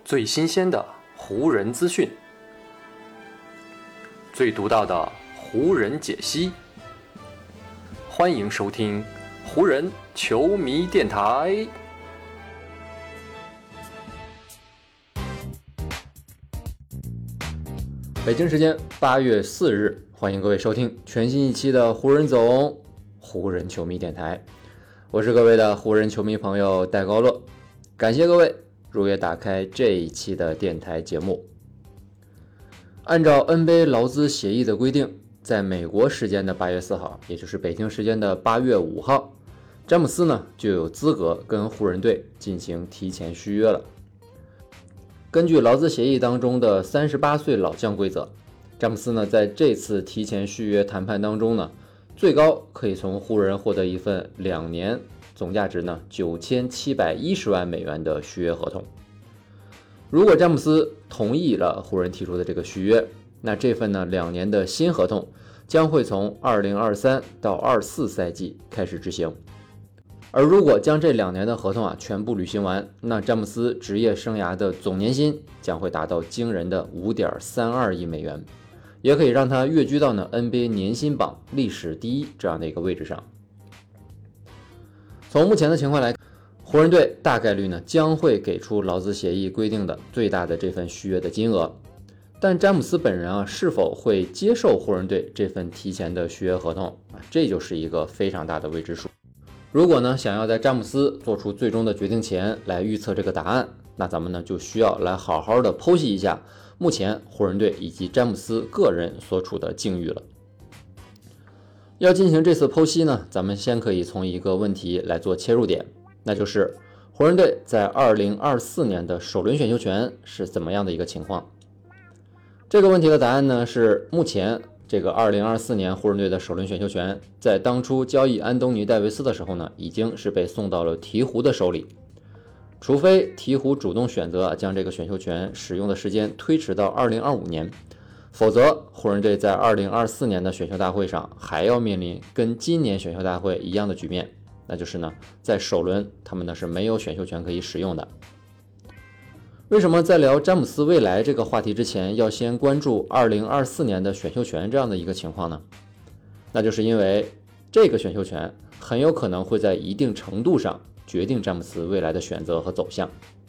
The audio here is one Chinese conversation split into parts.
最新鲜的湖人资讯，最独到的湖人解析。欢迎收听湖人球迷电台。北京时间8月4日，欢迎各位收听全新一期的湖人总湖人球迷电台。我是各位的湖人球迷朋友戴高乐，感谢各位如约打开这一期的电台节目。按照 NBA 劳资协议的规定，在美国时间的8月4号，也就是北京时间的8月5号，詹姆斯呢就有资格跟湖人队进行提前续约了。根据劳资协议当中的38岁老将规则，詹姆斯呢在这次提前续约谈判当中呢，最高可以从湖人获得一份2年总价值呢9710万美元的续约合同。如果詹姆斯同意了湖人提出的这个续约，那这份呢2年的新合同将会从2023到24赛季开始执行。而如果将这2年的合同全部履行完，那詹姆斯职业生涯的总年薪将会达到惊人的 5.32 亿美元，也可以让他跃居到呢 NBA 年薪榜历史第一这样的一个位置上。从目前的情况来看，湖人队大概率呢将会给出劳资协议规定的最大的这份续约的金额，但詹姆斯本人是否会接受湖人队这份提前的续约合同这就是一个非常大的未知数。如果呢想要在詹姆斯做出最终的决定前来预测这个答案，那咱们呢就需要来好好的剖析一下目前湖人队以及詹姆斯个人所处的境遇了。要进行这次剖析呢，咱们先可以从一个问题来做切入点，那就是湖人队在2024年的首轮选秀权是怎么样的一个情况。这个问题的答案呢是，目前这个2024年湖人队的首轮选秀权在当初交易安东尼戴维斯的时候呢，已经是被送到了鹈鹕的手里。除非鹈鹕主动选择将这个选秀权使用的时间推迟到2025年，否则湖人队在2024年的选秀大会上还要面临跟今年选秀大会一样的局面，那就是呢在首轮他们呢是没有选秀权可以使用的。为什么在聊詹姆斯未来这个话题之前要先关注2024年的选秀权这样的一个情况呢？那就是因为这个选秀权很有可能会在一定程度上决定詹姆斯未来的选择和走向。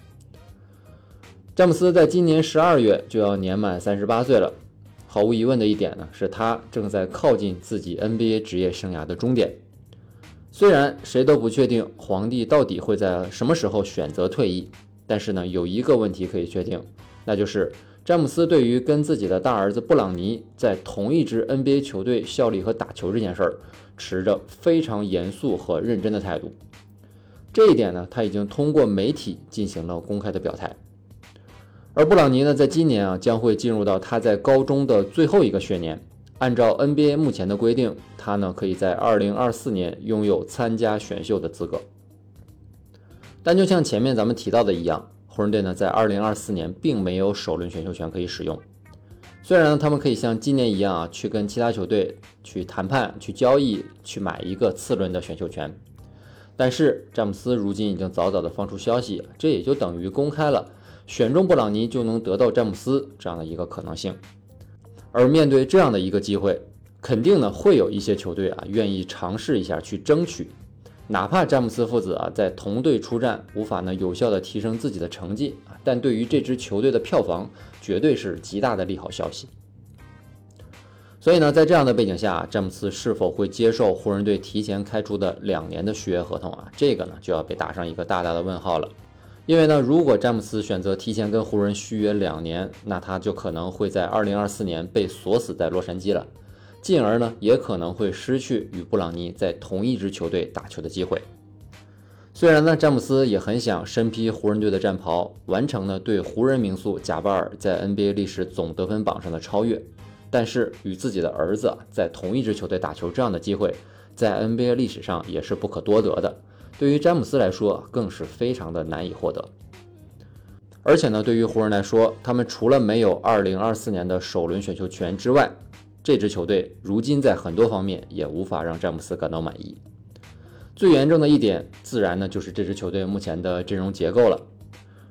詹姆斯在今年12月就要年满38岁了，毫无疑问的一点呢是他正在靠近自己 NBA 职业生涯的终点。虽然谁都不确定皇帝到底会在什么时候选择退役，但是呢，有一个问题可以确定，那就是詹姆斯对于跟自己的大儿子布朗尼在同一支 NBA 球队效力和打球这件事儿，持着非常严肃和认真的态度。这一点呢，他已经通过媒体进行了公开的表态。而布朗尼呢，在今年将会进入到他在高中的最后一个学年。按照 NBA 目前的规定，他呢可以在2024年拥有参加选秀的资格。但就像前面咱们提到的一样，湖人队呢在2024年并没有首轮选秀权可以使用。虽然呢他们可以像今年一样去跟其他球队去谈判、去交易、去买一个次轮的选秀权，但是詹姆斯如今已经早早的放出消息，这也就等于公开了选中布朗尼就能得到詹姆斯这样的一个可能性。而面对这样的一个机会，肯定呢会有一些球队愿意尝试一下去争取。哪怕詹姆斯父子在同队出战无法呢有效的提升自己的成绩，但对于这支球队的票房绝对是极大的利好消息。所以呢在这样的背景下，詹姆斯是否会接受湖人队提前开出的2年的续约合同这个呢就要被打上一个大大的问号了。因为呢如果詹姆斯选择提前跟湖人续约2年，那他就可能会在2024年被锁死在洛杉矶了，进而呢也可能会失去与布朗尼在同一支球队打球的机会。虽然呢詹姆斯也很想身披湖人队的战袍，完成呢对湖人名宿贾巴尔在 NBA 历史总得分榜上的超越，但是与自己的儿子在同一支球队打球这样的机会，在 NBA 历史上也是不可多得的，对于詹姆斯来说更是非常的难以获得。而且呢对于湖人来说，他们除了没有2024年的首轮选秀权之外，这支球队如今在很多方面也无法让詹姆斯感到满意。最严重的一点自然呢就是这支球队目前的阵容结构了。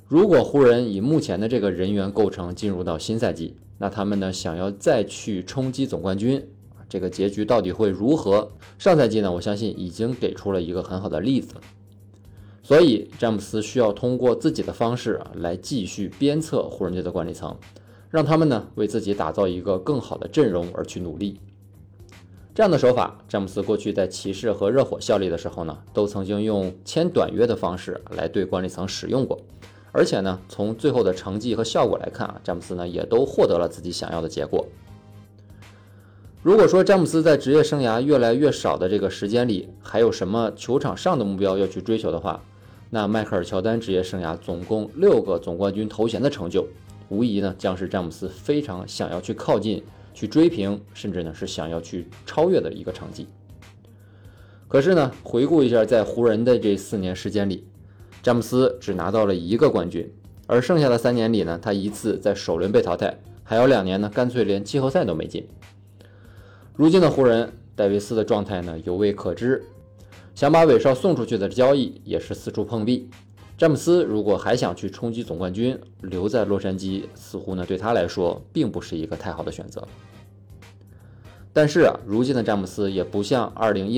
如果湖人以目前的这个人员构成进入到新赛季，那他们呢想要再去冲击总冠军，这个结局到底会如何？上赛季呢，我相信已经给出了一个很好的例子。所以詹姆斯需要通过自己的方式来继续鞭策湖人队的管理层，让他们呢为自己打造一个更好的阵容而去努力。这样的手法，詹姆斯过去在骑士和热火效力的时候呢，都曾经用签短约的方式来对管理层使用过。而且呢，从最后的成绩和效果来看詹姆斯呢也都获得了自己想要的结果。如果说詹姆斯在职业生涯越来越少的这个时间里，还有什么球场上的目标要去追求的话，那迈克尔乔丹职业生涯总共6个总冠军头衔的成就，无疑呢将是詹姆斯非常想要去靠近、去追平，甚至呢是想要去超越的一个成绩。可是呢，回顾一下在湖人的这4年时间里，詹姆斯只拿到了1个冠军，而剩下的3年里呢，他1次在首轮被淘汰，还有2年呢干脆连季后赛都没进。如今的湖人，戴维斯的状态呢犹未可知，想把韦少送出去的交易也是四处碰壁。詹姆斯如果还想去冲击总冠军，留在洛杉矶似乎呢对他来说并不是一个太好的选择。但是如今的詹姆斯也不像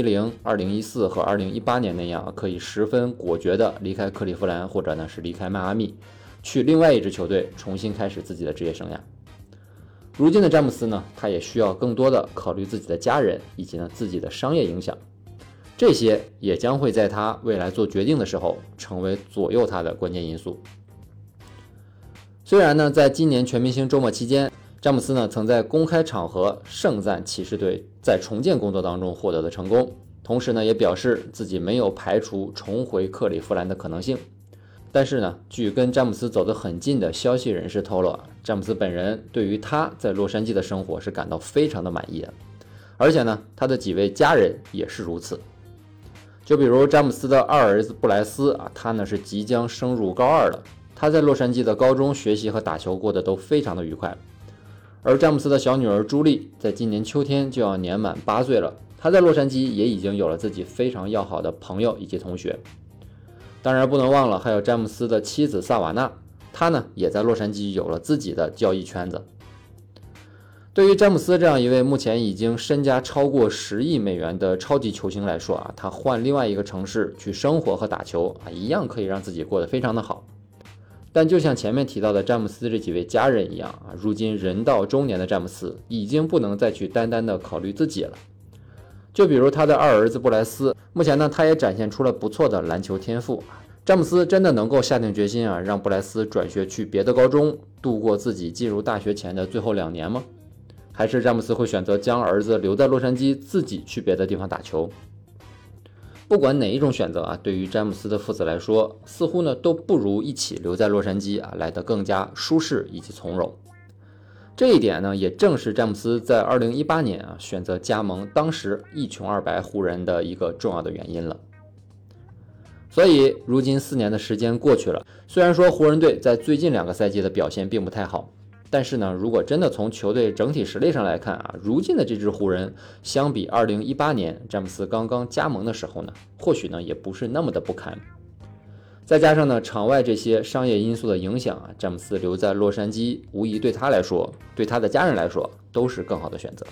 2010、2014和2018年那样可以十分果决的离开克利夫兰，或者呢是离开迈阿密，去另外一支球队重新开始自己的职业生涯。如今的詹姆斯呢，他也需要更多的考虑自己的家人以及呢自己的商业影响，这些也将会在他未来做决定的时候成为左右他的关键因素。虽然呢，在今年全明星周末期间，詹姆斯呢曾在公开场合盛赞骑士队在重建工作当中获得的成功，同时呢也表示自己没有排除重回克利夫兰的可能性。但是呢，据跟詹姆斯走得很近的消息人士透露，詹姆斯本人对于他在洛杉矶的生活是感到非常的满意的，而且呢，他的几位家人也是如此。就比如詹姆斯的二儿子布莱斯他呢是即将升入高2了，他在洛杉矶的高中学习和打球过得都非常的愉快。而詹姆斯的小女儿朱莉在今年秋天就要年满8岁了，她在洛杉矶也已经有了自己非常要好的朋友以及同学。当然不能忘了还有詹姆斯的妻子萨瓦纳，她呢也在洛杉矶有了自己的交易圈子。对于詹姆斯这样一位目前已经身家超过10亿美元的超级球星来说他换另外一个城市去生活和打球一样可以让自己过得非常的好。但就像前面提到的詹姆斯这几位家人一样如今人到中年的詹姆斯已经不能再去单单的考虑自己了。就比如他的二儿子布莱斯，目前呢他也展现出了不错的篮球天赋。詹姆斯真的能够下定决心让布莱斯转学去别的高中，度过自己进入大学前的最后2年吗？还是詹姆斯会选择将儿子留在洛杉矶，自己去别的地方打球？不管哪一种选择对于詹姆斯的父子来说，似乎呢都不如一起留在洛杉矶来得更加舒适以及从容。这一点呢，也正是詹姆斯在2018年选择加盟当时一穷二白湖人的一个重要的原因了。所以如今4年的时间过去了，虽然说湖人队在最近2个赛季的表现并不太好，但是呢，如果真的从球队整体实力上来看如今的这支湖人相比2018年詹姆斯刚刚加盟的时候呢，或许呢也不是那么的不堪。再加上呢场外这些商业因素的影响詹姆斯留在洛杉矶无疑对他来说，对他的家人来说都是更好的选择。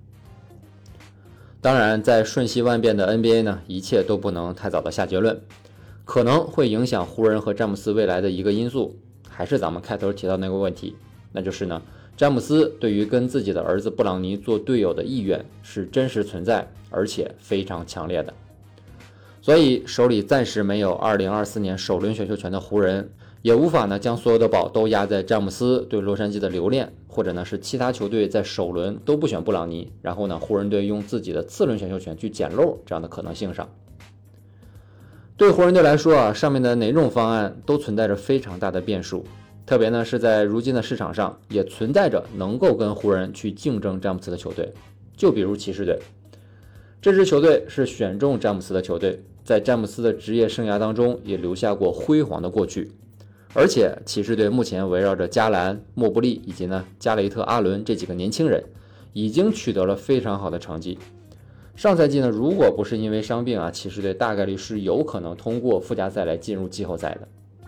当然在瞬息万变的 NBA 呢，一切都不能太早的下结论。可能会影响湖人和詹姆斯未来的一个因素，还是咱们开头提到那个问题，那就是呢，詹姆斯对于跟自己的儿子布朗尼做队友的意愿是真实存在，而且非常强烈的。所以手里暂时没有2024年首轮选秀权的湖人，也无法呢将所有的宝都压在詹姆斯对洛杉矶的留恋，或者呢是其他球队在首轮都不选布朗尼，然后呢湖人队用自己的次轮选秀权去捡漏这样的可能性上。对湖人队来说上面的哪种方案都存在着非常大的变数，特别呢是在如今的市场上也存在着能够跟湖人去竞争詹姆斯的球队，就比如骑士队。这支球队是选中詹姆斯的球队，在詹姆斯的职业生涯当中也留下过辉煌的过去，而且骑士队目前围绕着加兰、莫布利以及呢加雷特·阿伦这几个年轻人，已经取得了非常好的成绩。上赛季呢，如果不是因为伤病骑士队大概率是有可能通过附加赛来进入季后赛的。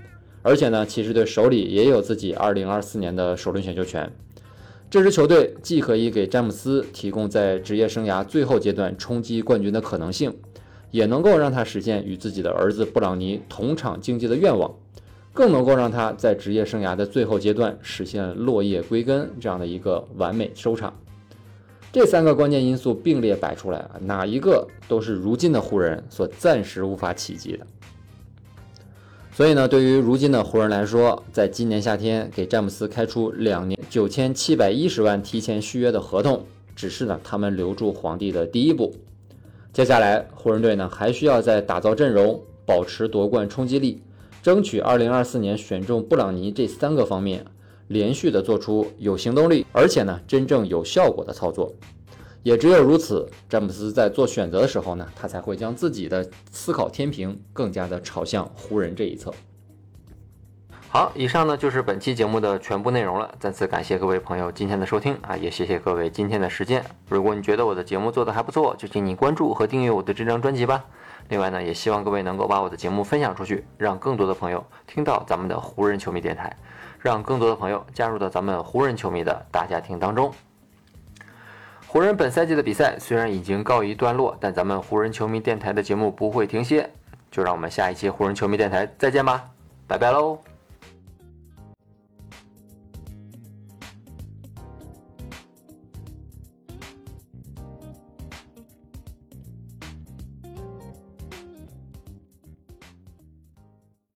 而且呢，骑士队手里也有自己2024年的首轮选秀权。这支球队既可以给詹姆斯提供在职业生涯最后阶段冲击冠军的可能性，也能够让他实现与自己的儿子布朗尼同场竞技的愿望，更能够让他在职业生涯的最后阶段实现落叶归根这样的一个完美收场。这3个关键因素并列摆出来，哪一个都是如今的湖人所暂时无法企及的。所以呢，对于如今的湖人来说，在今年夏天给詹姆斯开出2年9710万提前续约的合同，只是呢他们留住皇帝的第一步。接下来湖人队呢还需要在打造阵容、保持夺冠冲击力、争取2024年选中布朗尼这3个方面连续的做出有行动力，而且呢真正有效果的操作。也只有如此，詹姆斯在做选择的时候呢，他才会将自己的思考天平更加的朝向湖人这一侧。好，以上呢就是本期节目的全部内容了。再次感谢各位朋友今天的收听啊，也谢谢各位今天的时间。如果你觉得我的节目做得还不错，就请你关注和订阅我的这张专辑吧。另外呢，也希望各位能够把我的节目分享出去，让更多的朋友听到咱们的湖人球迷电台，让更多的朋友加入到咱们湖人球迷的大家庭当中。湖人本赛季的比赛虽然已经告一段落，但咱们湖人球迷电台的节目不会停歇，就让我们下一期湖人球迷电台再见吧，拜拜喽。